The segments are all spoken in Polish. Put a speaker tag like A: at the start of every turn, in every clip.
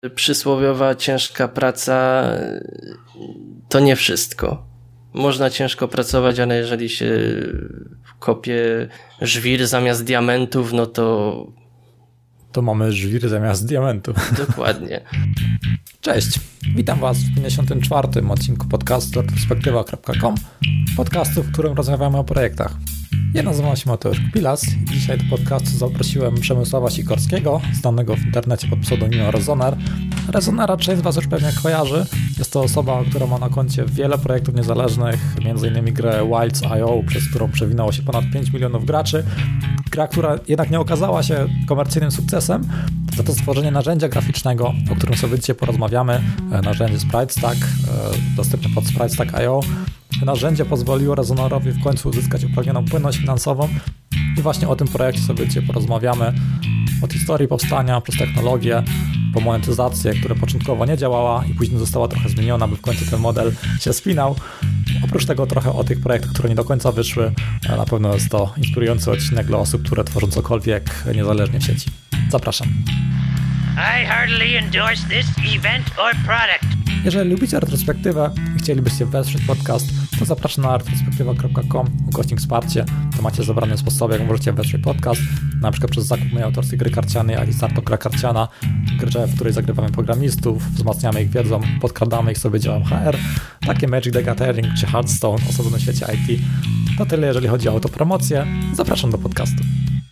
A: Przysłowiowa ciężka praca to nie wszystko. Można ciężko pracować, ale jeżeli się kopie żwir zamiast diamentów, no
B: to mamy żwir zamiast diamentów.
A: Dokładnie.
B: Cześć, witam Was w 54. odcinku podcastu retrospektywa.com, podcastu, w którym rozmawiamy o projektach. Ja nazywam się Mateusz Kupilas i dzisiaj do podcastu zaprosiłem Przemysława Sikorskiego, znanego w internecie pod pseudonimem Rezoner. Rezonera część z Was już pewnie kojarzy. Jest to osoba, która ma na koncie wiele projektów niezależnych, m.in. grę Wilds.io, przez którą przewinęło się ponad 5 milionów graczy. Gra, która jednak nie okazała się komercyjnym sukcesem, za to stworzenie narzędzia graficznego, o którym sobie dzisiaj porozmawiamy, narzędzie SpriteStack, dostępne pod SpriteStack.io. Narzędzie pozwoliło Rezonerowi w końcu uzyskać upragnioną płynność finansową i właśnie o tym projekcie sobie dzisiaj porozmawiamy. Od historii powstania, przez technologię, po monetyzację, która początkowo nie działała i później została trochę zmieniona, by w końcu ten model się spinał. Oprócz tego trochę o tych projektach, które nie do końca wyszły. Na pewno jest to inspirujący odcinek dla osób, które tworzą cokolwiek niezależnie w sieci. Zapraszam.
C: I heartily endorse this event or product.
B: Jeżeli lubicie retrospektywę i chcielibyście wesprzeć podcast, to zapraszam na retrospektywa.com, ukośnik wsparcie. To macie zebrane sposoby, jak możecie wesprzeć podcast, na przykład przez zakup mojej autorskiej gry karcianej Alistarto Gra Karciana, grze, w której zagrywamy programistów, wzmacniamy ich wiedzą, podkradamy ich sobie działem HR, takie Magic the Gathering czy Hearthstone, osadzone w świecie IT. To tyle, jeżeli chodzi o autopromocję. Zapraszam do podcastu.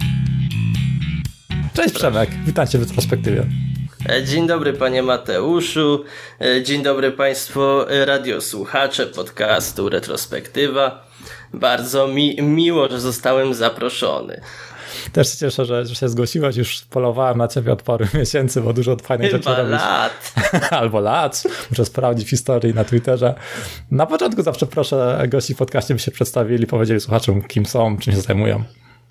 B: Cześć Przemek, witajcie w retrospektywie.
A: Dzień dobry panie Mateuszu, dzień dobry państwu radiosłuchacze podcastu Retrospektywa. Bardzo miło, że zostałem zaproszony.
B: Też się cieszę, że się zgłosiłeś, już polowałem na ciebie od paru miesięcy, bo dużo fajnych rzeczy robisz.
A: Lat.
B: Albo lat, muszę sprawdzić w historii na Twitterze. Na początku zawsze proszę gości w podcaście, by się przedstawili, powiedzieli słuchaczom, kim są, czym się zajmują.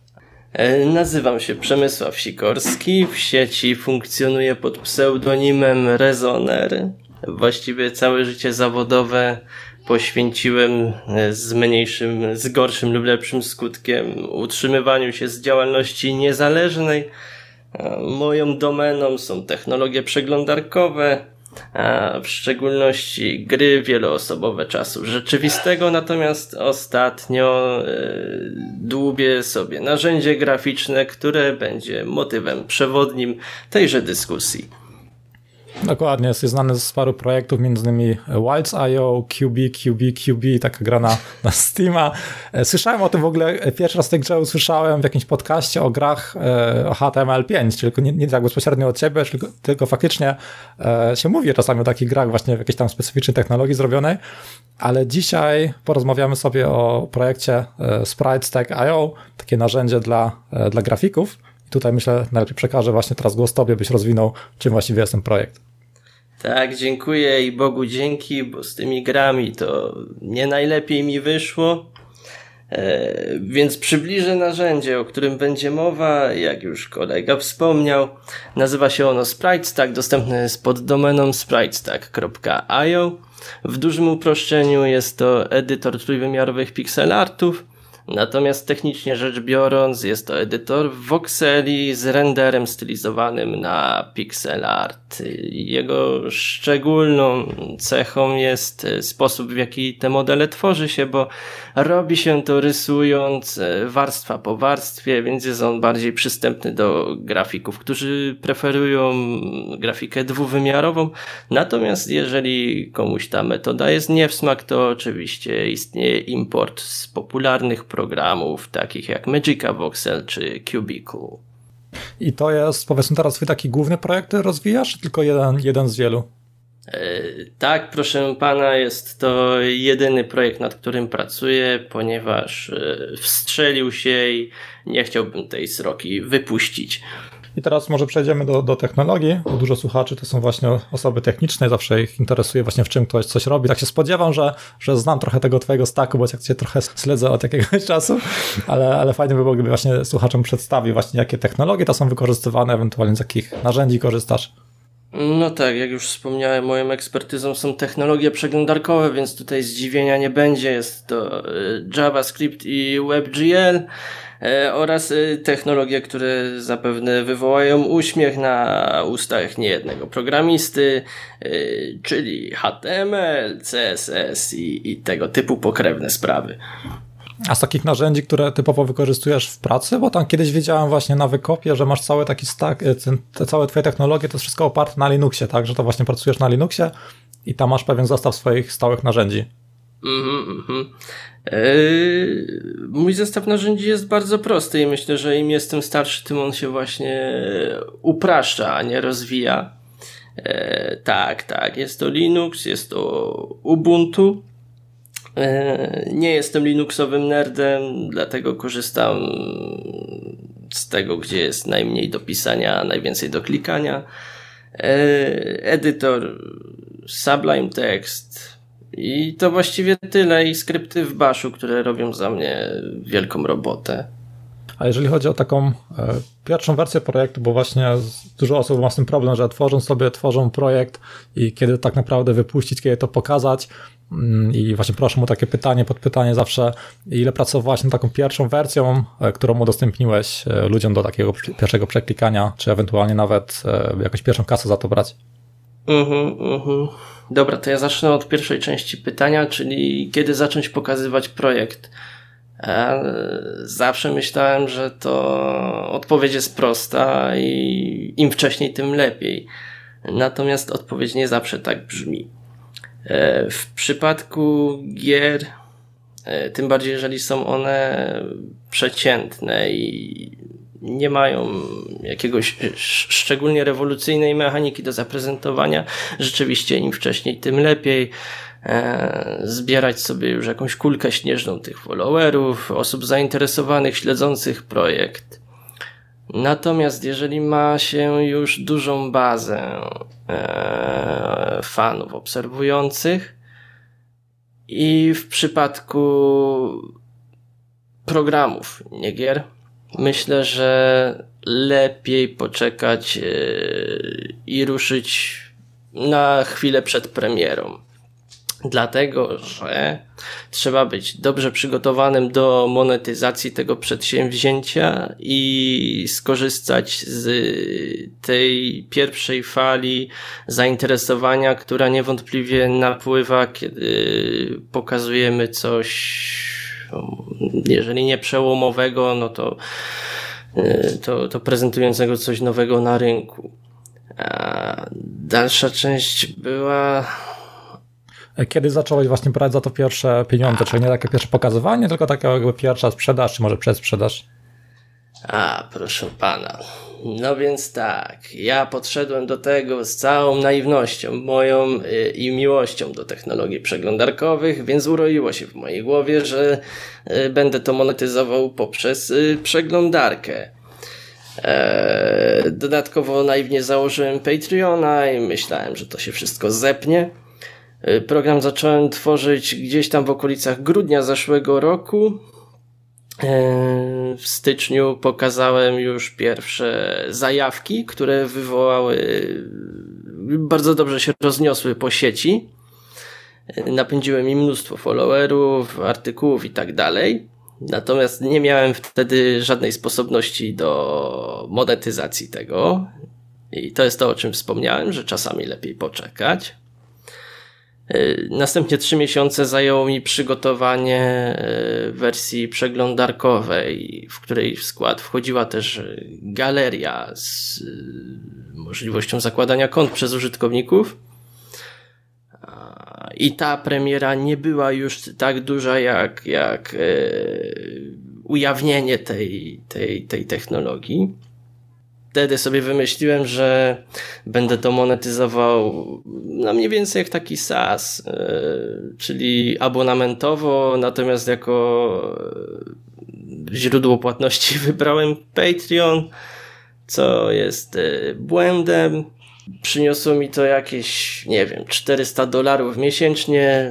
A: Nazywam się Przemysław Sikorski, w sieci funkcjonuję pod pseudonimem Rezoner. Właściwie całe życie zawodowe poświęciłem z gorszym lub lepszym skutkiem utrzymywaniu się z działalności niezależnej. Moją domeną są technologie przeglądarkowe, a w szczególności gry wieloosobowe czasu rzeczywistego, natomiast ostatnio dłubię sobie narzędzie graficzne, które będzie motywem przewodnim tejże dyskusji.
B: Dokładnie, jesteś znany z paru projektów, m.in. Wilds.io, QB, taka gra na Steama. Słyszałem o tym w ogóle, pierwszy raz w tej grze usłyszałem w jakimś podcaście o grach o HTML5, tylko nie tak bezpośrednio od ciebie, tylko faktycznie się mówi czasami o takich grach właśnie w jakiejś tam specyficznej technologii zrobionej, ale dzisiaj porozmawiamy sobie o projekcie SpriteStack.io, takie narzędzie dla grafików. I tutaj myślę, najlepiej przekażę właśnie teraz głos tobie, byś rozwinął, czym właściwie jest ten projekt.
A: Tak, dziękuję i Bogu dzięki, bo z tymi grami to nie najlepiej mi wyszło. Więc przybliżę narzędzie, o którym będzie mowa, jak już kolega wspomniał. Nazywa się ono SpriteStack, dostępne jest pod domeną spritestack.io. W dużym uproszczeniu jest to edytor trójwymiarowych pixel artów. Natomiast technicznie rzecz biorąc jest to edytor w voxeli z renderem stylizowanym na pixel art. Jego szczególną cechą jest sposób, w jaki te modele tworzy się, bo robi się to rysując warstwa po warstwie, więc jest on bardziej przystępny do grafików, którzy preferują grafikę dwuwymiarową. Natomiast jeżeli komuś ta metoda jest nie w smak, to oczywiście istnieje import z popularnych programów takich jak Magica Voxel czy Cubicle.
B: I to jest, powiedzmy teraz, twój taki główny projekt rozwijasz, czy tylko jeden z wielu?
A: Tak, proszę pana, jest to jedyny projekt, nad którym pracuję, ponieważ wstrzelił się i nie chciałbym tej sroki wypuścić.
B: I teraz może przejdziemy do technologii, bo dużo słuchaczy to są właśnie osoby techniczne, zawsze ich interesuje właśnie w czym ktoś coś robi. Tak się spodziewam, że znam trochę tego twojego stacku, bo jak cię trochę śledzę od jakiegoś czasu, ale fajnie by było, gdyby właśnie słuchaczom przedstawił właśnie jakie technologie to są wykorzystywane, ewentualnie z jakich narzędzi korzystasz.
A: No tak, jak już wspomniałem, moją ekspertyzą są technologie przeglądarkowe, więc tutaj zdziwienia nie będzie. Jest to JavaScript i WebGL oraz technologie, które zapewne wywołają uśmiech na ustach niejednego programisty, czyli HTML, CSS i tego typu pokrewne sprawy.
B: A z takich narzędzi, które typowo wykorzystujesz w pracy? Bo tam kiedyś widziałem właśnie na Wykopie, że masz cały taki stack, całe twoje technologie, to jest wszystko oparte na Linuxie, tak? Że to właśnie pracujesz na Linuxie i tam masz pewien zestaw swoich stałych narzędzi.
A: Mój zestaw narzędzi jest bardzo prosty i myślę, że im jestem starszy, tym on się właśnie upraszcza, a nie rozwija. Tak, jest to Linux, jest to Ubuntu. Nie jestem linuxowym nerdem, dlatego korzystam z tego, gdzie jest najmniej do pisania, najwięcej do klikania. Edytor Sublime Text i to właściwie tyle, i skrypty w Bashu, które robią za mnie wielką robotę.
B: A jeżeli chodzi o taką pierwszą wersję projektu, bo właśnie dużo osób ma z tym problem, że tworzą projekt i kiedy tak naprawdę wypuścić, kiedy to pokazać, i właśnie proszę mu takie podpytanie zawsze, ile pracowałeś nad taką pierwszą wersją, którą udostępniłeś ludziom do takiego pierwszego przeklikania, czy ewentualnie nawet jakąś pierwszą kasę za to brać?
A: Dobra, to ja zacznę od pierwszej części pytania, czyli kiedy zacząć pokazywać projekt. Zawsze myślałem, że to odpowiedź jest prosta i im wcześniej, tym lepiej. Natomiast odpowiedź nie zawsze tak brzmi. W przypadku gier, tym bardziej jeżeli są one przeciętne i nie mają jakiegoś szczególnie rewolucyjnej mechaniki do zaprezentowania, rzeczywiście im wcześniej, tym lepiej. Zbierać sobie już jakąś kulkę śnieżną tych followerów, osób zainteresowanych, śledzących projekt. Natomiast jeżeli ma się już dużą bazę fanów obserwujących i w przypadku programów, nie gier, myślę, że lepiej poczekać i ruszyć na chwilę przed premierą. Dlatego, że trzeba być dobrze przygotowanym do monetyzacji tego przedsięwzięcia i skorzystać z tej pierwszej fali zainteresowania, która niewątpliwie napływa, kiedy pokazujemy coś, jeżeli nie przełomowego, no to prezentującego coś nowego na rynku. A dalsza część była...
B: Kiedy zacząłeś właśnie brać za to pierwsze pieniądze? Czyli nie takie pierwsze pokazywanie, tylko taka jakby pierwsza sprzedaż, czy może przedsprzedaż?
A: Proszę pana. No więc tak, ja podszedłem do tego z całą naiwnością moją i miłością do technologii przeglądarkowych, więc uroiło się w mojej głowie, że będę to monetyzował poprzez przeglądarkę. Dodatkowo naiwnie założyłem Patreona i myślałem, że to się wszystko zepnie. Program zacząłem tworzyć gdzieś tam w okolicach grudnia zeszłego roku. W styczniu pokazałem już pierwsze zajawki, które bardzo dobrze się rozniosły po sieci. Napędziłem im mnóstwo followerów, artykułów i tak dalej. Natomiast nie miałem wtedy żadnej sposobności do monetyzacji tego. I to jest to, o czym wspomniałem, że czasami lepiej poczekać. Następnie 3 miesiące zajęło mi przygotowanie wersji przeglądarkowej, w której w skład wchodziła też galeria z możliwością zakładania kont przez użytkowników. I ta premiera nie była już tak duża jak ujawnienie tej technologii. Wtedy sobie wymyśliłem, że będę to monetyzował mniej więcej jak taki SaaS, czyli abonamentowo, natomiast jako źródło płatności wybrałem Patreon, co jest błędem. Przyniosło mi to jakieś, $400 miesięcznie,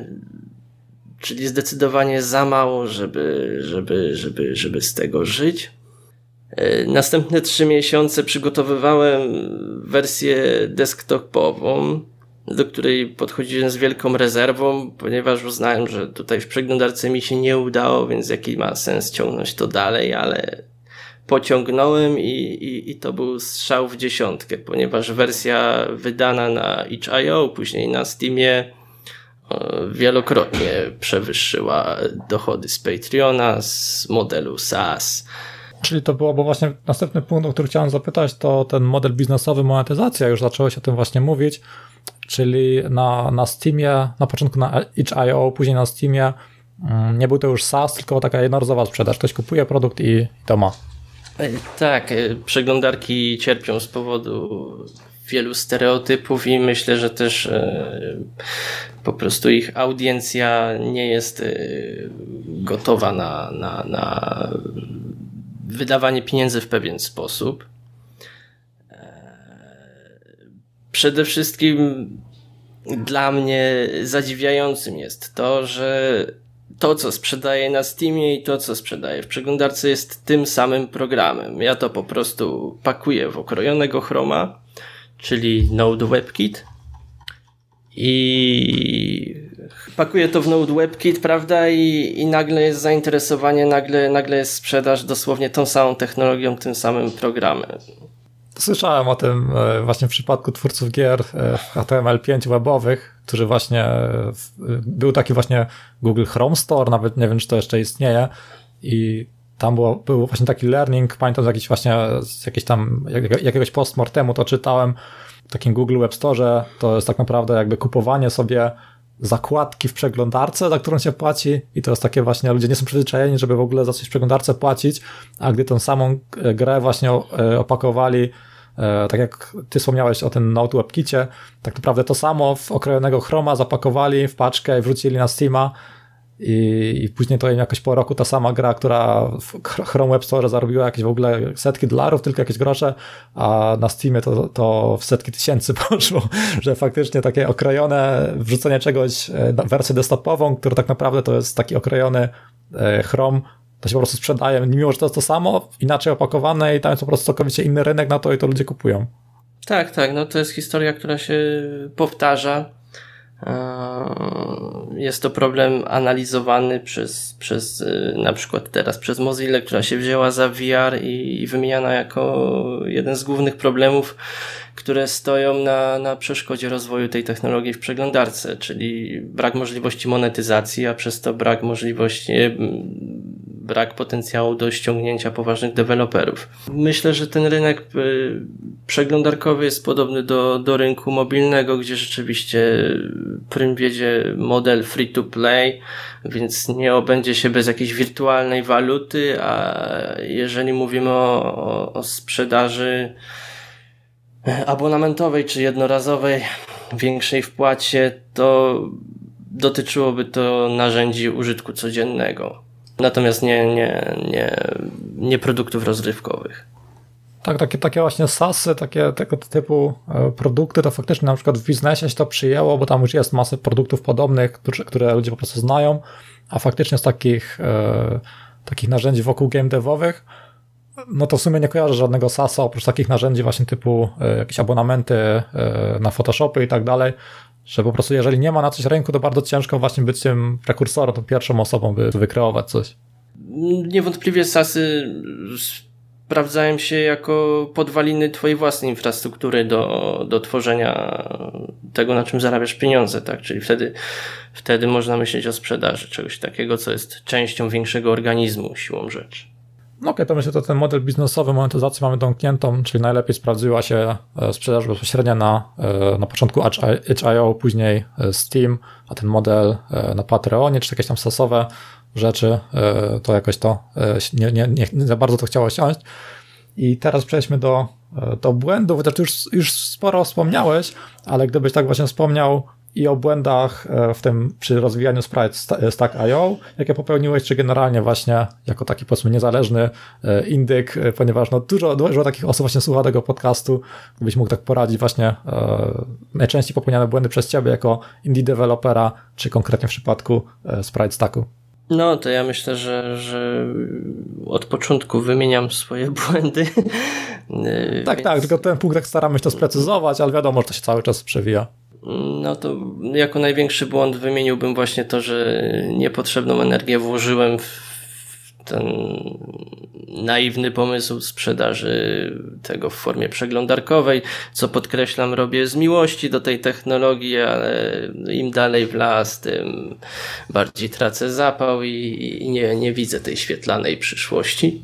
A: czyli zdecydowanie za mało, żeby z tego żyć. Następne 3 miesiące przygotowywałem wersję desktopową, do której podchodziłem z wielką rezerwą, ponieważ uznałem, że tutaj w przeglądarce mi się nie udało, więc jaki ma sens ciągnąć to dalej, ale pociągnąłem i to był strzał w dziesiątkę, ponieważ wersja wydana na itch.io, później na Steamie wielokrotnie przewyższyła dochody z Patreona, z modelu SaaS.
B: Czyli to byłoby właśnie następny punkt, o który chciałem zapytać, to ten model biznesowy, monetyzacja, już zacząłeś o tym właśnie mówić, czyli na Steamie, na początku na itch.io, później na Steamie nie był to już SaaS, tylko taka jednorazowa sprzedaż. Ktoś kupuje produkt i to ma.
A: Tak, przeglądarki cierpią z powodu wielu stereotypów i myślę, że też po prostu ich audiencja nie jest gotowa na wydawanie pieniędzy w pewien sposób. Przede wszystkim dla mnie zadziwiającym jest to, że to, co sprzedaję na Steamie i to, co sprzedaję w przeglądarce jest tym samym programem. Ja to po prostu pakuję w okrojonego Chroma, czyli Node WebKit i pakuję to w Node WebKit, prawda, i nagle jest zainteresowanie, nagle jest sprzedaż dosłownie tą samą technologią, tym samym programem.
B: Słyszałem o tym właśnie w przypadku twórców gier HTML5 webowych, którzy właśnie, był taki właśnie Google Chrome Store, nawet nie wiem, czy to jeszcze istnieje, i tam był właśnie taki learning, pamiętam z jakiegoś postmortemu to czytałem, w takim Google Web Store, to jest tak naprawdę jakby kupowanie sobie zakładki w przeglądarce, za którą się płaci, i to jest takie właśnie, ludzie nie są przyzwyczajeni, żeby w ogóle za coś w przeglądarce płacić, a gdy tą samą grę właśnie opakowali, tak jak ty wspomniałeś o tym Node WebKicie, tak naprawdę to samo w okrojonego Chroma zapakowali w paczkę i wrzucili na Steama i później to im jakoś po roku ta sama gra, która w Chrome Web Store zarobiła jakieś w ogóle setki dolarów, tylko jakieś grosze, a na Steamie to w setki tysięcy poszło, że faktycznie takie okrojone wrzucenie czegoś na wersję desktopową, który tak naprawdę to jest taki okrojony Chrome, to się po prostu sprzedaje, mimo że to jest to samo, inaczej opakowane i tam jest po prostu całkowicie inny rynek na to i to ludzie kupują.
A: Tak, no to jest historia, która się powtarza. Jest to problem analizowany przez na przykład teraz przez Mozilla, która się wzięła za VR i wymieniana jako jeden z głównych problemów, które stoją na przeszkodzie rozwoju tej technologii w przeglądarce, czyli brak możliwości monetyzacji, a przez to brak potencjału do ściągnięcia poważnych deweloperów. Myślę, że ten rynek przeglądarkowy jest podobny do rynku mobilnego, gdzie rzeczywiście prym wiedzie model free to play, więc nie obędzie się bez jakiejś wirtualnej waluty, a jeżeli mówimy o sprzedaży abonamentowej czy jednorazowej, większej wpłacie, to dotyczyłoby to narzędzi użytku codziennego. Natomiast nie produktów rozrywkowych.
B: Tak, takie właśnie SaaSy, tego typu produkty, to faktycznie na przykład w biznesie się to przyjęło, bo tam już jest masę produktów podobnych, które ludzie po prostu znają, a faktycznie z takich narzędzi wokół game devowych, no to w sumie nie kojarzę żadnego SaaS-a oprócz takich narzędzi właśnie typu jakieś abonamenty na Photoshopy i tak dalej, że po prostu jeżeli nie ma na coś rynku, to bardzo ciężko właśnie być tym prekursorem, tą pierwszą osobą, by wykreować coś.
A: Niewątpliwie SaaSy sprawdzają się jako podwaliny twojej własnej infrastruktury do tworzenia tego, na czym zarabiasz pieniądze, tak? Czyli wtedy można myśleć o sprzedaży czegoś takiego, co jest częścią większego organizmu siłą rzeczy.
B: No okej, to myślę, że ten model biznesowy, monetyzacji mamy domkniętą, czyli najlepiej sprawdziła się sprzedaż bezpośrednia na początku itch.io, później Steam, a ten model na Patreonie, czy jakieś tam SaaS-owe rzeczy, to jakoś to nie za bardzo to chciało siąść. I teraz przejdźmy do błędów, chociaż ty już sporo wspomniałeś, ale gdybyś tak właśnie wspomniał i o błędach przy rozwijaniu Stack.io, jakie popełniłeś, czy generalnie właśnie jako taki, powiedzmy, niezależny indyk, ponieważ no dużo takich osób właśnie słucha tego podcastu, gdybyś mógł tak poradzić właśnie najczęściej popełniane błędy przez ciebie jako indie dewelopera, czy konkretnie w przypadku Sprite Stacku.
A: No, to ja myślę, że od początku wymieniam swoje błędy.
B: Tak, więc... tylko ten punkt tak staramy się to sprecyzować, ale wiadomo, że to się cały czas przewija.
A: No to jako największy błąd wymieniłbym właśnie to, że niepotrzebną energię włożyłem w ten naiwny pomysł sprzedaży tego w formie przeglądarkowej, co podkreślam, robię z miłości do tej technologii, ale im dalej w las, tym bardziej tracę zapał i nie widzę tej świetlanej przyszłości.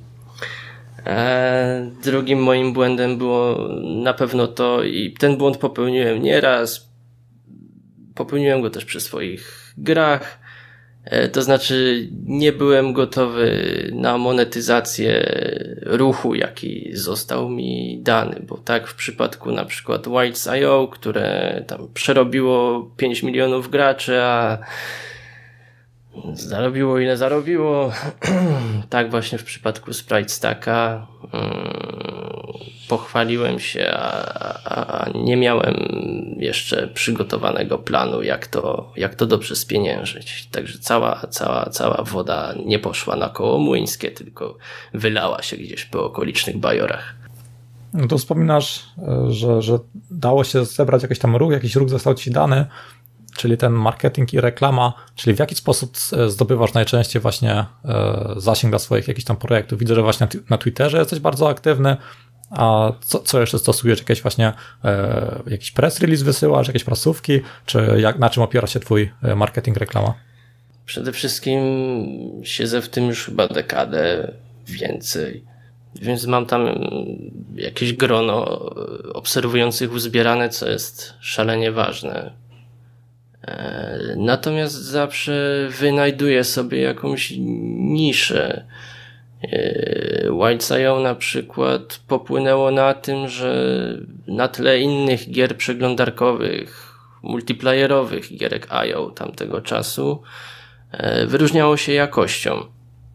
A: Drugim moim błędem było na pewno to, i ten błąd popełniłem nieraz, popełniłem go też przy swoich grach, to znaczy nie byłem gotowy na monetyzację ruchu, jaki został mi dany, bo tak w przypadku na przykład Wilds.io, które tam przerobiło 5 milionów graczy, a zarobiło ile zarobiło, tak właśnie w przypadku Sprite Stacka pochwaliłem się, a nie miałem jeszcze przygotowanego planu, jak to dobrze spieniężyć. Także cała woda nie poszła na koło młyńskie, tylko wylała się gdzieś po okolicznych bajorach.
B: No to wspominasz, że dało się zebrać jakiś tam ruch, jakiś ruch został ci dany, czyli ten marketing i reklama, czyli w jaki sposób zdobywasz najczęściej właśnie zasięg dla swoich jakichś tam projektów. Widzę, że właśnie na Twitterze jesteś bardzo aktywny, a co jeszcze stosujesz? Jakieś właśnie jakiś press release wysyłasz, jakieś prasówki, czy na czym opiera się twój marketing, reklama?
A: Przede wszystkim siedzę w tym już chyba dekadę więcej, więc mam tam jakieś grono obserwujących uzbierane, co jest szalenie ważne. Natomiast zawsze wynajduję sobie jakąś niszę. Wilds.io na przykład popłynęło na tym, że na tle innych gier przeglądarkowych, multiplayerowych gierek IO tamtego czasu wyróżniało się jakością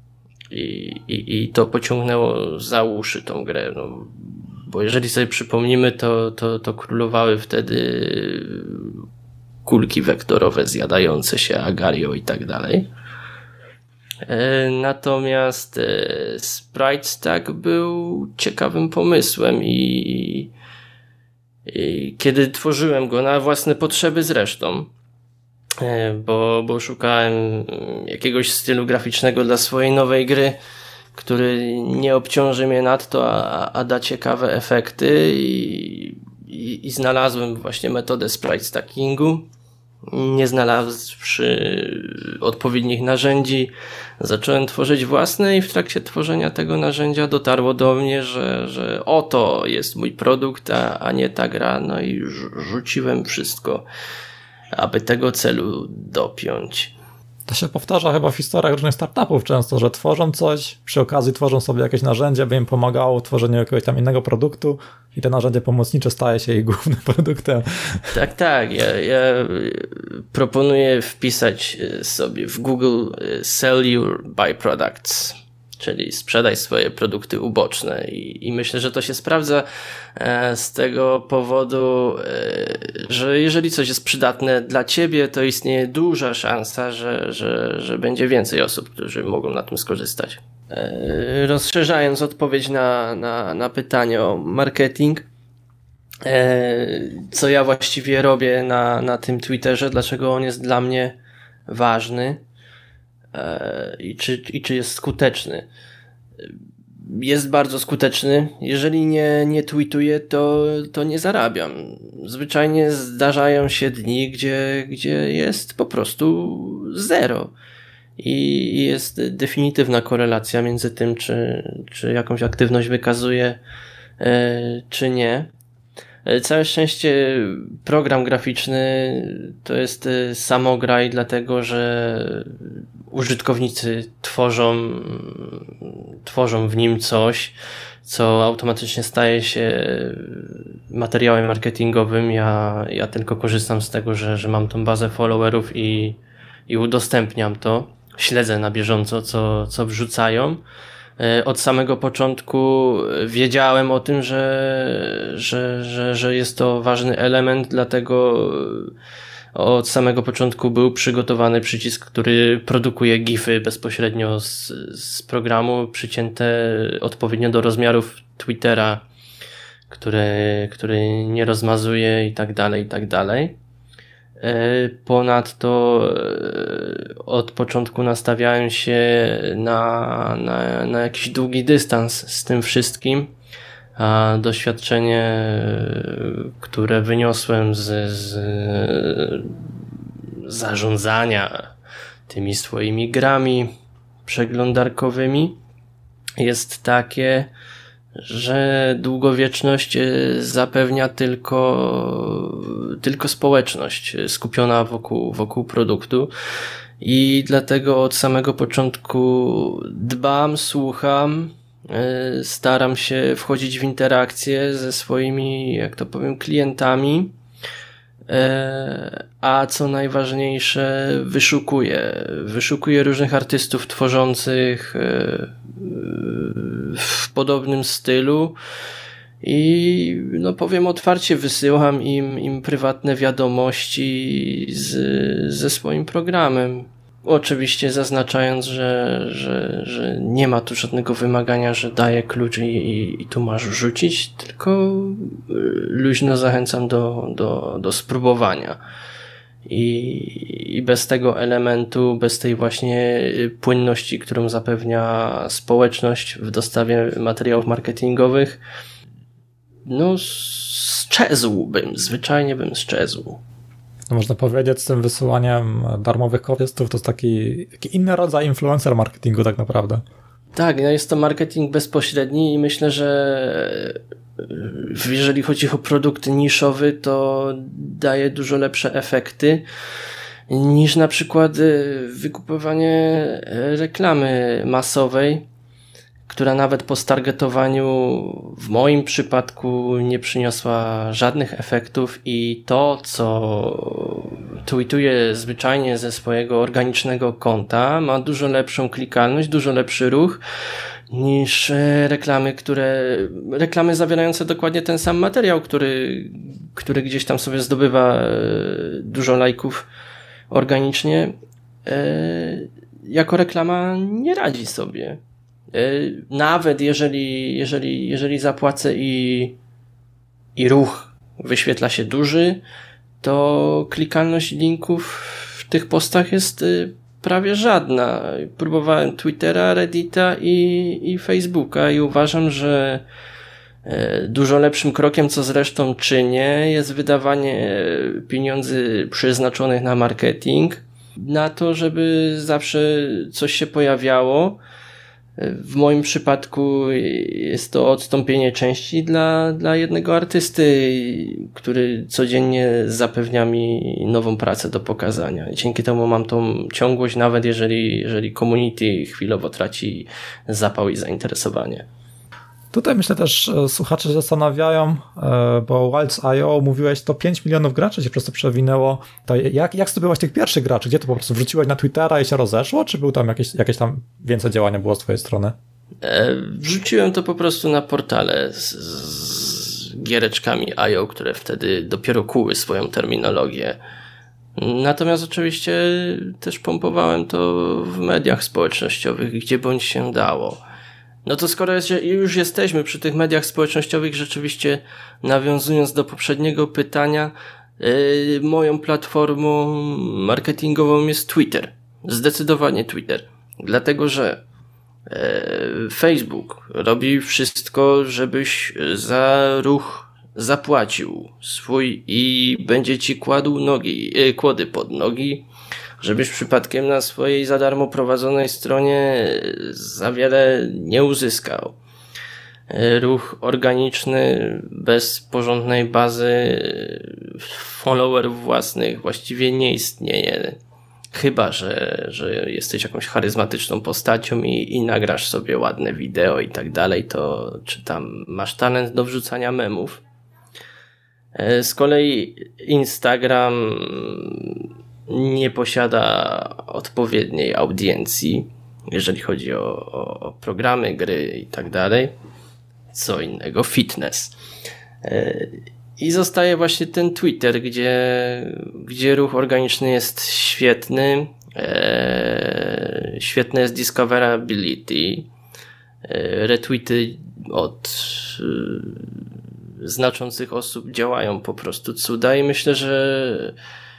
A: i to pociągnęło za uszy tą grę, no, bo jeżeli sobie przypomnimy, to królowały wtedy kulki wektorowe zjadające się, Agario i tak dalej. Natomiast Sprite Stack był ciekawym pomysłem i kiedy tworzyłem go na własne potrzeby zresztą, bo szukałem jakiegoś stylu graficznego dla swojej nowej gry, który nie obciąży mnie nadto, a da ciekawe efekty i znalazłem właśnie metodę sprite stackingu. Nie znalazłszy odpowiednich narzędzi, zacząłem tworzyć własne i w trakcie tworzenia tego narzędzia dotarło do mnie, że oto jest mój produkt, a nie ta gra. No i rzuciłem wszystko, aby tego celu dopiąć.
B: To się powtarza chyba w historiach różnych startupów często, że tworzą coś, przy okazji tworzą sobie jakieś narzędzie, by im pomagało w tworzeniu jakiegoś tam innego produktu i to narzędzie pomocnicze staje się ich głównym produktem.
A: Tak. Ja proponuję wpisać sobie w Google sell your byproducts, czyli sprzedaj swoje produkty uboczne i myślę, że to się sprawdza z tego powodu, że jeżeli coś jest przydatne dla ciebie, to istnieje duża szansa, że będzie więcej osób, którzy mogą na tym skorzystać. Rozszerzając odpowiedź na pytanie o marketing, co ja właściwie robię na tym Twitterze, dlaczego on jest dla mnie ważny, i czy jest skuteczny. Jest bardzo skuteczny. Jeżeli nie tweetuję, to nie zarabiam. Zwyczajnie zdarzają się dni, gdzie jest po prostu zero. I jest definitywna korelacja między tym, czy jakąś aktywność wykazuję, czy nie. Całe szczęście program graficzny to jest samograj, dlatego że użytkownicy tworzą w nim coś, co automatycznie staje się materiałem marketingowym. Ja tylko korzystam z tego, że mam tą bazę followerów i udostępniam to. Śledzę na bieżąco, co wrzucają. Od samego początku wiedziałem o tym, że jest to ważny element, dlatego od samego początku był przygotowany przycisk, który produkuje gify bezpośrednio z programu, przycięte odpowiednio do rozmiarów Twittera, który nie rozmazuje i tak dalej. Ponadto od początku nastawiałem się na jakiś długi dystans z tym wszystkim, a doświadczenie, które wyniosłem z zarządzania tymi swoimi grami przeglądarkowymi jest takie, że długowieczność zapewnia tylko społeczność skupiona wokół produktu i dlatego od samego początku dbam, słucham, staram się wchodzić w interakcje ze swoimi, jak to powiem, klientami, a co najważniejsze wyszukuję różnych artystów tworzących w podobnym stylu i no powiem otwarcie, wysyłam im prywatne wiadomości ze swoim programem. Oczywiście zaznaczając, że nie ma tu żadnego wymagania, że daję klucz i tu masz rzucić, tylko luźno zachęcam do spróbowania. I bez tego elementu, bez tej właśnie płynności, którą zapewnia społeczność w dostawie materiałów marketingowych, no zwyczajnie bym sczezł.
B: No można powiedzieć, z tym wysyłaniem darmowych kopiestów to jest taki inny rodzaj influencer marketingu tak naprawdę.
A: Tak, no jest to marketing bezpośredni i myślę, że jeżeli chodzi o produkt niszowy, to daje dużo lepsze efekty niż na przykład wykupywanie reklamy masowej, która nawet po stargetowaniu w moim przypadku nie przyniosła żadnych efektów i to, co tweetuję zwyczajnie ze swojego organicznego konta, ma dużo lepszą klikalność, dużo lepszy ruch niż reklamy zawierające dokładnie ten sam materiał, który gdzieś tam sobie zdobywa dużo lajków organicznie, jako reklama nie radzi sobie. Nawet jeżeli zapłacę i ruch wyświetla się duży, to klikalność linków w tych postach jest prawie żadna. Próbowałem Twittera, Reddita i Facebooka i uważam, że dużo lepszym krokiem, co zresztą czynię, jest wydawanie pieniędzy przeznaczonych na marketing, na to, żeby zawsze coś się pojawiało. W moim przypadku jest to odstąpienie części dla jednego artysty, który codziennie zapewnia mi nową pracę do pokazania. Dzięki temu mam tą ciągłość, nawet jeżeli community chwilowo traci zapał i zainteresowanie.
B: Tutaj myślę też słuchacze się zastanawiają, bo Wilds.io mówiłeś, to 5 milionów graczy się przez to przewinęło. To jak zdobyłeś tych pierwszych graczy? Gdzie to po prostu wrzuciłeś na Twittera i się rozeszło? Czy był tam jakieś tam więcej działania było z twojej strony?
A: Wrzuciłem to po prostu na portale z giereczkami IO, które wtedy dopiero kuły swoją terminologię. Natomiast oczywiście też pompowałem to w mediach społecznościowych, gdzie bądź się dało. No to skoro już jesteśmy przy tych mediach społecznościowych, rzeczywiście nawiązując do poprzedniego pytania, moją platformą marketingową jest Twitter. Zdecydowanie Twitter. Dlatego, że Facebook robi wszystko, żebyś za ruch zapłacił swój i będzie ci kładł kłody pod nogi, żebyś przypadkiem na swojej za darmo prowadzonej stronie za wiele nie uzyskał. Ruch organiczny bez porządnej bazy followerów własnych właściwie nie istnieje. Chyba że jesteś jakąś charyzmatyczną postacią i nagrasz sobie ładne wideo i tak dalej, to czy tam masz talent do wrzucania memów. Z kolei Instagram nie posiada odpowiedniej audiencji. jeżeli chodzi o programy, gry i tak dalej. Co innego, fitness. I zostaje właśnie ten Twitter, gdzie ruch organiczny jest świetny. Świetne jest discoverability. Retweety od znaczących osób działają po prostu cuda i myślę, że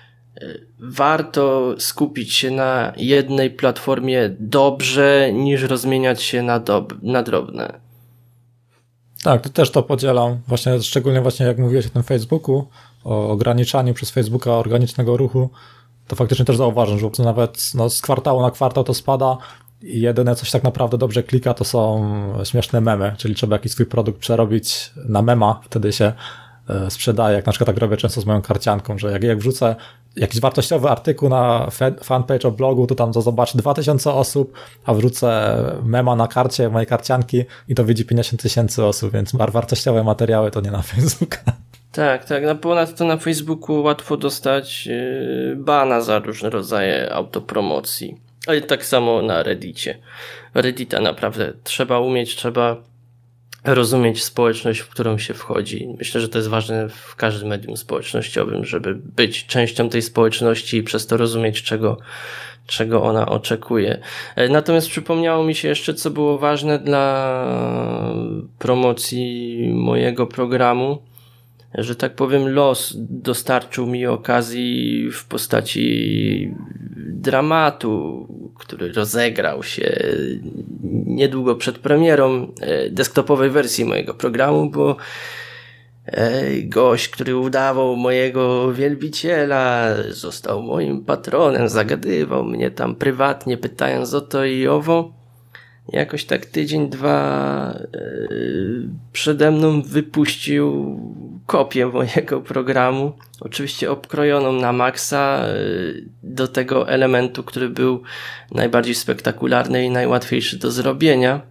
A: warto skupić się na jednej platformie dobrze, niż rozmieniać się na drobne.
B: Tak, to też to podzielam. Właśnie, szczególnie właśnie jak mówiłeś o tym Facebooku, o ograniczaniu przez Facebooka organicznego ruchu, to faktycznie też zauważam, że nawet z kwartału na kwartał to spada i jedyne coś tak naprawdę dobrze klika to są śmieszne memy, czyli trzeba jakiś swój produkt przerobić na mema, wtedy się sprzedaje, jak na przykład tak robię często z moją karcianką, że jak wrzucę jakiś wartościowy artykuł na fanpage o blogu, to tam to zobaczy 2000 osób, a wrzucę mema na karcie mojej karcianki i to widzi 50 000 osób, więc wartościowe materiały to nie na Facebooka.
A: Tak. Ponadto na Facebooku łatwo dostać bana za różne rodzaje autopromocji. Ale tak samo na Reddicie. Reddita naprawdę trzeba rozumieć społeczność, w którą się wchodzi. Myślę, że to jest ważne w każdym medium społecznościowym, żeby być częścią tej społeczności i przez to rozumieć, czego ona oczekuje. Natomiast przypomniało mi się jeszcze, co było ważne dla promocji mojego programu, że tak powiem, los dostarczył mi okazji w postaci dramatu, który rozegrał się niedługo przed premierą desktopowej wersji mojego programu, bo gość, który udawał mojego wielbiciela, został moim patronem, zagadywał mnie tam prywatnie, pytając o to i owo. Jakoś tak tydzień, dwa przede mną wypuścił kopię mojego programu, oczywiście obkrojoną na maksa, do tego elementu, który był najbardziej spektakularny i najłatwiejszy do zrobienia.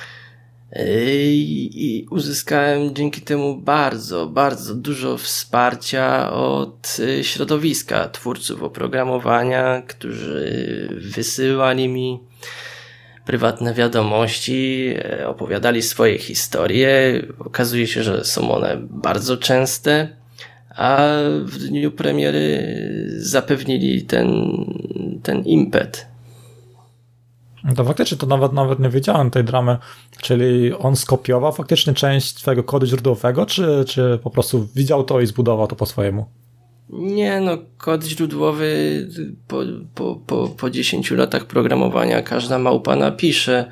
A: I uzyskałem dzięki temu bardzo, bardzo dużo wsparcia od środowiska twórców oprogramowania, którzy wysyłali mi prywatne wiadomości, opowiadali swoje historie. Okazuje się, że są one bardzo częste, a w dniu premiery zapewnili ten impet.
B: To faktycznie to nawet nie wiedziałem tej dramy, czyli on skopiował faktycznie część twojego kodu źródłowego, czy po prostu widział to i zbudował to po swojemu?
A: Nie, kod źródłowy po 10 latach programowania każda małpa napisze.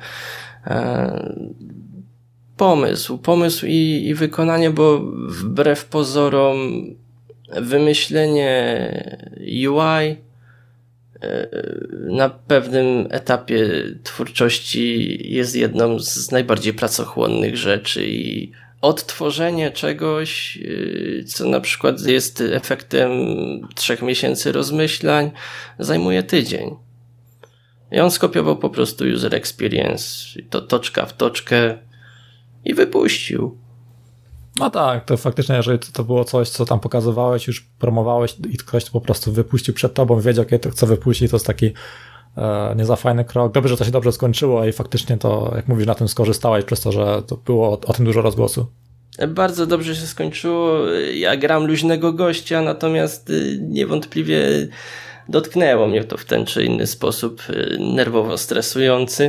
A: Pomysł i wykonanie, bo wbrew pozorom wymyślenie UI na pewnym etapie twórczości jest jedną z najbardziej pracochłonnych rzeczy i odtworzenie czegoś, co na przykład jest efektem 3 miesięcy rozmyślań, zajmuje tydzień. I on skopiował po prostu user experience, to toczka w toczkę i wypuścił.
B: No tak, to faktycznie, jeżeli to było coś, co tam pokazywałeś, już promowałeś i ktoś to po prostu wypuścił przed tobą, wiedział, kiedy to chce wypuścić, to jest taki nie za fajny krok. Dobrze, że to się dobrze skończyło i faktycznie to, jak mówisz, na tym skorzystałeś przez to, że to było o tym dużo rozgłosu.
A: Bardzo dobrze się skończyło. Ja gram luźnego gościa, natomiast niewątpliwie dotknęło mnie to w ten czy inny sposób nerwowo stresujący.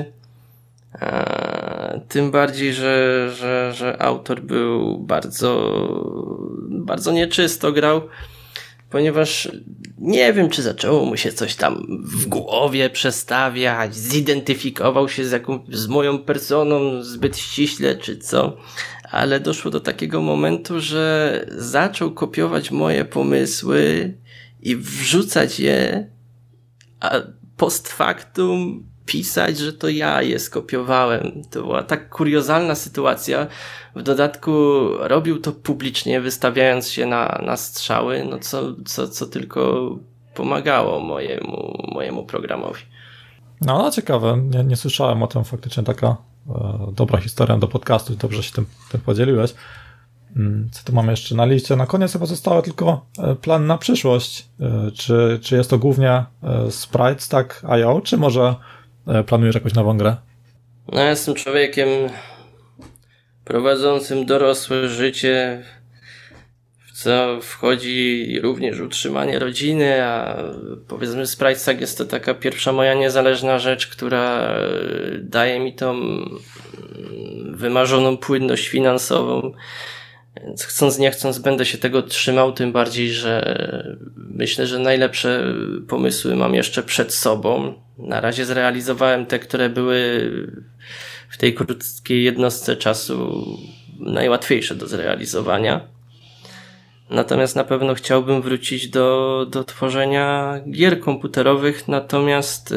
A: Tym bardziej, że autor był bardzo nieczysto grał, ponieważ nie wiem, czy zaczęło mu się coś tam w głowie przestawiać, zidentyfikował się z moją personą zbyt ściśle, czy co, ale doszło do takiego momentu, że zaczął kopiować moje pomysły i wrzucać je, a post factum pisać, że to ja je skopiowałem. To była tak kuriozalna sytuacja. W dodatku robił to publicznie, wystawiając się na strzały, co tylko pomagało mojemu programowi.
B: No ciekawe, nie słyszałem o tym, faktycznie taka dobra historia do podcastu, dobrze się tym podzieliłeś. Co tu mamy jeszcze na liście? Na koniec chyba zostało tylko plan na przyszłość. Czy jest to głównie Sprite Stack.io, czy może planujesz jakąś nową grę?
A: No, ja jestem człowiekiem prowadzącym dorosłe życie, w co wchodzi również utrzymanie rodziny, a powiedzmy Spritestag jest to taka pierwsza moja niezależna rzecz, która daje mi tą wymarzoną płynność finansową. Więc chcąc nie chcąc będę się tego trzymał, tym bardziej, że myślę, że najlepsze pomysły mam jeszcze przed sobą. Na razie zrealizowałem te, które były w tej krótkiej jednostce czasu najłatwiejsze do zrealizowania. Natomiast na pewno chciałbym wrócić do tworzenia gier komputerowych, natomiast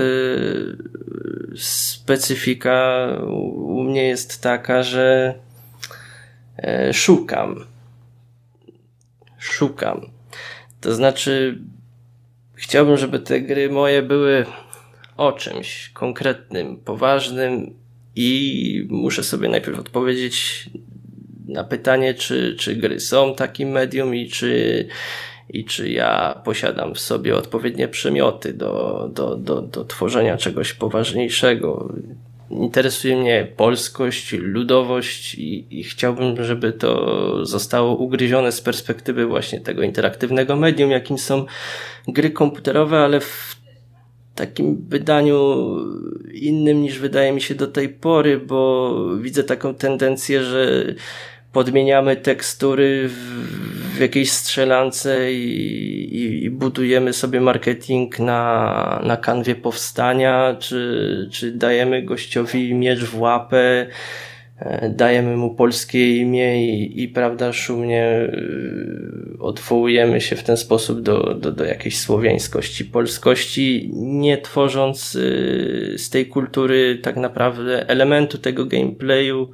A: specyfika u mnie jest taka, że szukam. To znaczy chciałbym, żeby te gry moje były o czymś konkretnym, poważnym i muszę sobie najpierw odpowiedzieć na pytanie, czy gry są takim medium i czy ja posiadam w sobie odpowiednie przymioty do tworzenia czegoś poważniejszego. Interesuje mnie polskość, ludowość i chciałbym, żeby to zostało ugryzione z perspektywy właśnie tego interaktywnego medium, jakim są gry komputerowe, ale w takim wydaniu innym niż wydaje mi się do tej pory, bo widzę taką tendencję, że podmieniamy tekstury w jakiejś strzelance i budujemy sobie marketing na kanwie powstania, czy dajemy gościowi miecz w łapę, dajemy mu polskie imię i prawda, szumnie odwołujemy się w ten sposób do jakiejś słowiańskości, polskości, nie tworząc z tej kultury tak naprawdę elementu tego gameplayu,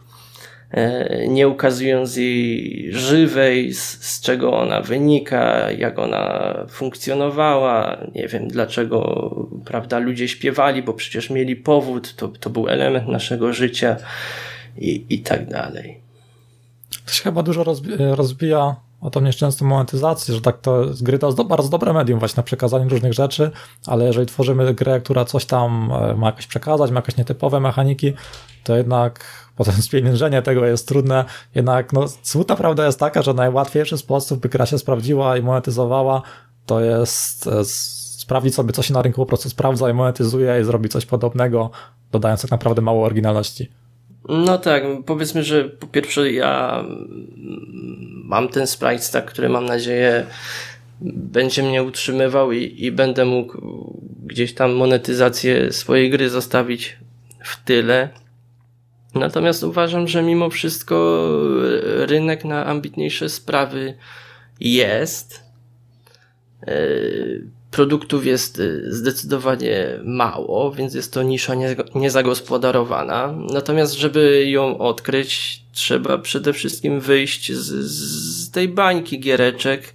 A: nie ukazując jej żywej, z czego ona wynika, jak ona funkcjonowała, nie wiem dlaczego, prawda, ludzie śpiewali, bo przecież mieli powód, to był element naszego życia i tak dalej.
B: To się chyba dużo rozbija o tą nieszczęsną monetyzację, że tak to gry to jest bardzo dobre medium właśnie na przekazanie różnych rzeczy, ale jeżeli tworzymy grę, która coś tam ma jakoś przekazać, ma jakieś nietypowe mechaniki, to jednak potem spieniężenie tego jest trudne. Jednak smutna prawda jest taka, że najłatwiejszy sposób, by gra się sprawdziła i monetyzowała, to jest sprawdzić sobie, co się na rynku po prostu sprawdza i monetyzuje i zrobić coś podobnego, dodając tak naprawdę mało oryginalności.
A: No tak, powiedzmy, że po pierwsze ja mam ten Spritestag, który mam nadzieję będzie mnie utrzymywał i będę mógł gdzieś tam monetyzację swojej gry zostawić w tyle. Natomiast uważam, że mimo wszystko rynek na ambitniejsze sprawy jest. Produktów jest zdecydowanie mało, więc jest to nisza niezagospodarowana. Natomiast żeby ją odkryć, trzeba przede wszystkim wyjść z tej bańki giereczek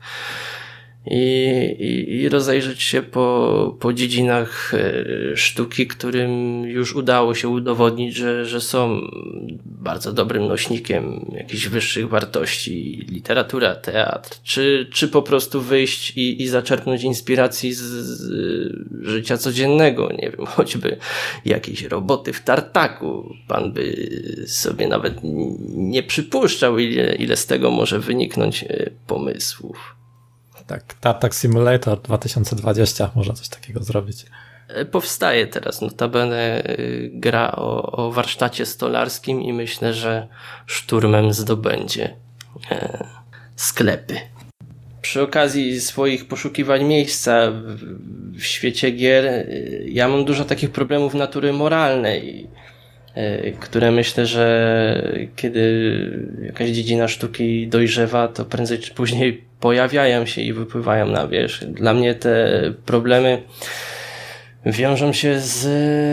A: i rozejrzeć się po dziedzinach sztuki, którym już udało się udowodnić, że są bardzo dobrym nośnikiem jakichś wyższych wartości, literatura, teatr, czy po prostu wyjść i zaczerpnąć inspiracji z życia codziennego, nie wiem, choćby jakieś roboty w tartaku. Pan by sobie nawet nie przypuszczał, ile z tego może wyniknąć pomysłów.
B: Tak, Tartak Simulator 2020 można coś takiego zrobić.
A: Powstaje teraz notabene gra o warsztacie stolarskim i myślę, że szturmem zdobędzie sklepy. Przy okazji swoich poszukiwań miejsca w świecie gier ja mam dużo takich problemów natury moralnej, które myślę, że kiedy jakaś dziedzina sztuki dojrzewa, to prędzej czy później pojawiają się i wypływają na wierzch. Dla mnie te problemy wiążą się z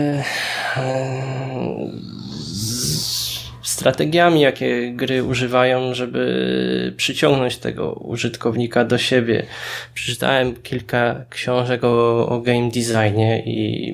A: strategiami, jakie gry używają, żeby przyciągnąć tego użytkownika do siebie. Przeczytałem kilka książek o game designie i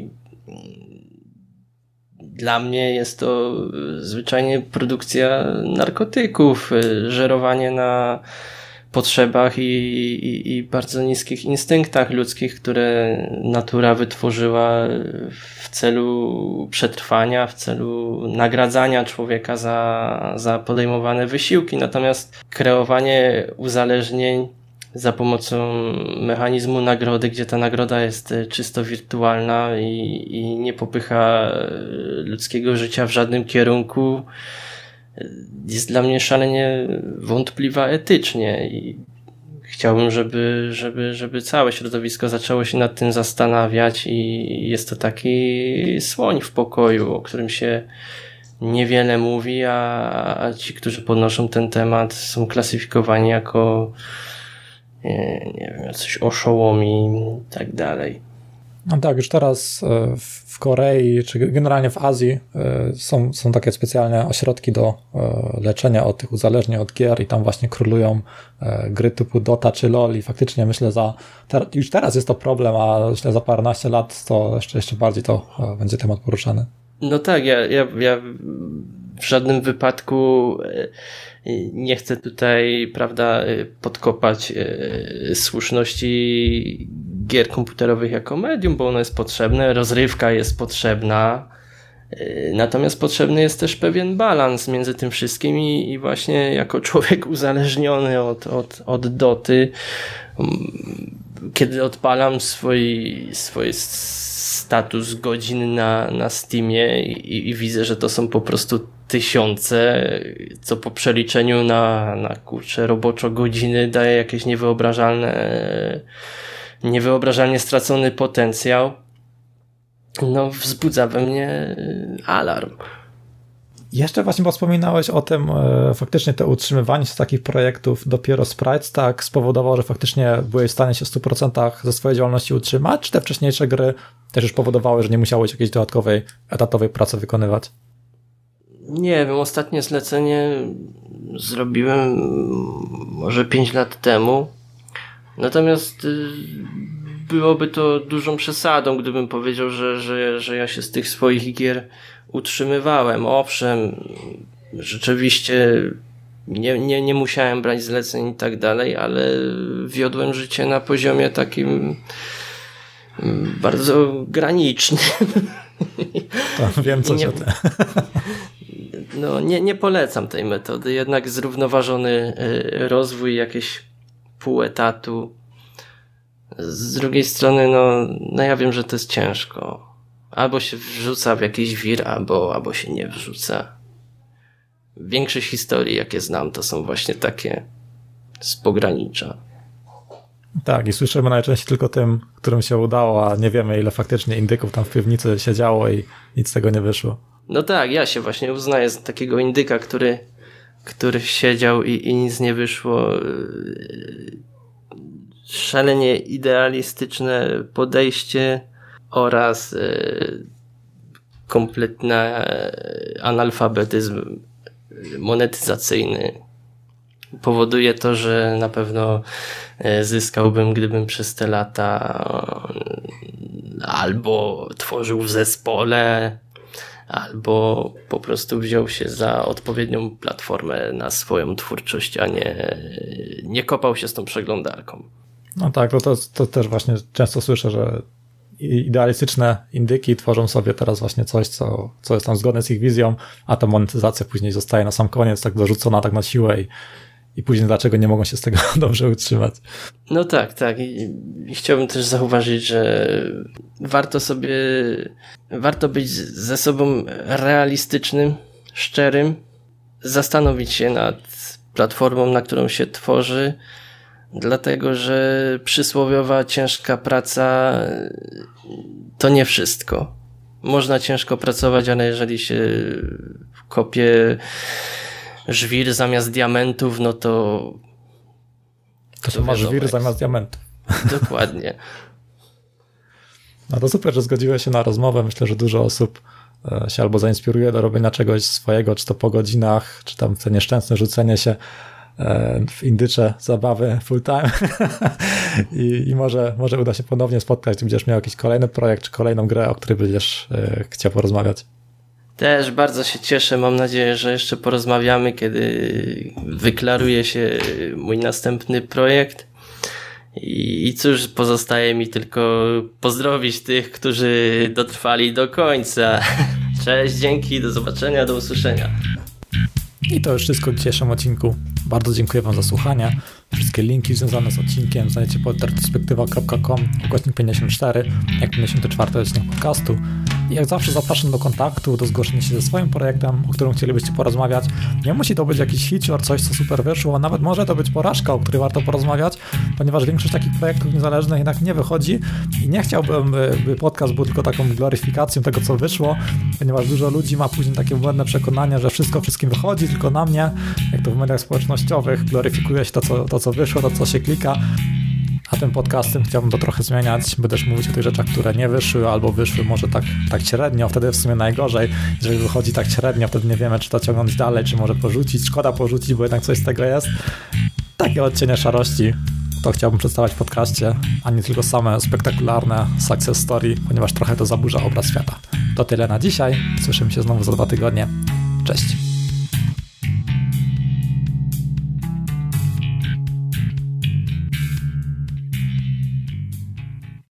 A: dla mnie jest to zwyczajnie produkcja narkotyków, żerowanie na potrzebach i bardzo niskich instynktach ludzkich, które natura wytworzyła w celu przetrwania, w celu nagradzania człowieka za podejmowane wysiłki. Natomiast kreowanie uzależnień za pomocą mechanizmu nagrody, gdzie ta nagroda jest czysto wirtualna i nie popycha ludzkiego życia w żadnym kierunku, jest dla mnie szalenie wątpliwa etycznie i chciałbym, żeby całe środowisko zaczęło się nad tym zastanawiać i jest to taki słoń w pokoju, o którym się niewiele mówi, a ci, którzy podnoszą ten temat, są klasyfikowani jako nie wiem, coś oszołomi i tak dalej.
B: No tak, już teraz w Korei, czy generalnie w Azji są takie specjalne ośrodki do leczenia od tych uzależnień od gier i tam właśnie królują gry typu Dota czy LoL i faktycznie myślę, już teraz jest to problem, a myślę za paręnaście lat to jeszcze bardziej to będzie temat poruszany.
A: No tak, ja w żadnym wypadku nie chcę tutaj, prawda, podkopać słuszności gier komputerowych jako medium, bo ono jest potrzebne, rozrywka jest potrzebna, natomiast potrzebny jest też pewien balans między tym wszystkim i właśnie jako człowiek uzależniony od Doty, kiedy odpalam swój status godzin na Steamie i widzę, że to są po prostu tysiące, co po przeliczeniu na kurczę roboczo godziny daje jakieś niewyobrażalnie stracony potencjał, no wzbudza we mnie alarm.
B: Jeszcze właśnie wspominałeś o tym, faktycznie to utrzymywanie się takich projektów dopiero Sprites tak spowodowało, że faktycznie byłeś w stanie się w 100% ze swojej działalności utrzymać, czy te wcześniejsze gry też już powodowały, że nie musiałeś jakiejś dodatkowej, etatowej pracy wykonywać?
A: Nie wiem, ostatnie zlecenie zrobiłem może 5 lat temu, natomiast byłoby to dużą przesadą, gdybym powiedział, że ja się z tych swoich gier utrzymywałem. Owszem, rzeczywiście nie musiałem brać zleceń i tak dalej, ale wiodłem życie na poziomie takim bardzo granicznym.
B: To wiem, co cię te.
A: No, nie polecam tej metody, jednak zrównoważony rozwój, jakieś pół etatu. Z drugiej strony, no ja wiem, że to jest ciężko. Albo się wrzuca w jakiś wir, albo się nie wrzuca. Większość historii, jakie znam, to są właśnie takie z pogranicza.
B: Tak, i słyszymy najczęściej tylko tym, którym się udało, a nie wiemy, ile faktycznie indyków tam w piwnicy siedziało i nic z tego nie wyszło.
A: No tak, ja się właśnie uznaję za takiego indyka, który siedział i nic nie wyszło. Szalenie idealistyczne podejście oraz kompletny analfabetyzm monetyzacyjny powoduje to, że na pewno zyskałbym, gdybym przez te lata albo tworzył w zespole, albo po prostu wziął się za odpowiednią platformę na swoją twórczość, a nie kopał się z tą przeglądarką.
B: No tak, to też właśnie często słyszę, że idealistyczne indyki tworzą sobie teraz właśnie coś, co jest tam zgodne z ich wizją, a ta monetyzacja później zostaje na sam koniec tak dorzucona tak na siłę i później dlaczego nie mogą się z tego dobrze utrzymać.
A: No tak. I chciałbym też zauważyć, że warto być ze sobą realistycznym, szczerym, zastanowić się nad platformą, na którą się tworzy, dlatego że przysłowiowa ciężka praca to nie wszystko. Można ciężko pracować, ale jeżeli się kopie żwir zamiast diamentów, no to
B: masz żwir zamiast diamentów.
A: Dokładnie.
B: No to super, że zgodziłeś się na rozmowę. Myślę, że dużo osób się albo zainspiruje do robienia czegoś swojego, czy to po godzinach, czy tam te nieszczęsne rzucenie się w indycze zabawy full time I może uda się ponownie spotkać, gdy będziesz miał jakiś kolejny projekt, czy kolejną grę, o której będziesz chciał porozmawiać.
A: Też bardzo się cieszę. Mam nadzieję, że jeszcze porozmawiamy, kiedy wyklaruje się mój następny projekt. I cóż, pozostaje mi tylko pozdrowić tych, którzy dotrwali do końca. Cześć, dzięki, do zobaczenia, do usłyszenia.
B: I to już wszystko w dzisiejszym odcinku. Bardzo dziękuję Wam za słuchanie. Wszystkie linki związane z odcinkiem znajdziecie pod retrospektywa.com/54, jak 54 odcinek podcastu. I jak zawsze zapraszam do kontaktu, do zgłoszenia się ze swoim projektem, o którym chcielibyście porozmawiać. Nie musi to być jakiś feature, coś co super wyszło, a nawet może to być porażka, o której warto porozmawiać, ponieważ większość takich projektów niezależnych jednak nie wychodzi i nie chciałbym, by podcast był tylko taką gloryfikacją tego, co wyszło, ponieważ dużo ludzi ma później takie błędne przekonanie, że wszystko wszystkim wychodzi, tylko na mnie, jak to w mediach społecznościowych, gloryfikuje się to, co wyszło, to, co się klika. A tym podcastem chciałbym to trochę zmieniać, by też mówić o tych rzeczach, które nie wyszły albo wyszły może tak średnio, wtedy w sumie najgorzej, jeżeli wychodzi tak średnio, wtedy nie wiemy, czy to ciągnąć dalej, czy może porzucić, szkoda porzucić, bo jednak coś z tego jest. Takie odcienie szarości to chciałbym przedstawiać w podcaście, a nie tylko same spektakularne success story, ponieważ trochę to zaburza obraz świata. To tyle na dzisiaj, słyszymy się znowu za 2 tygodnie. Cześć!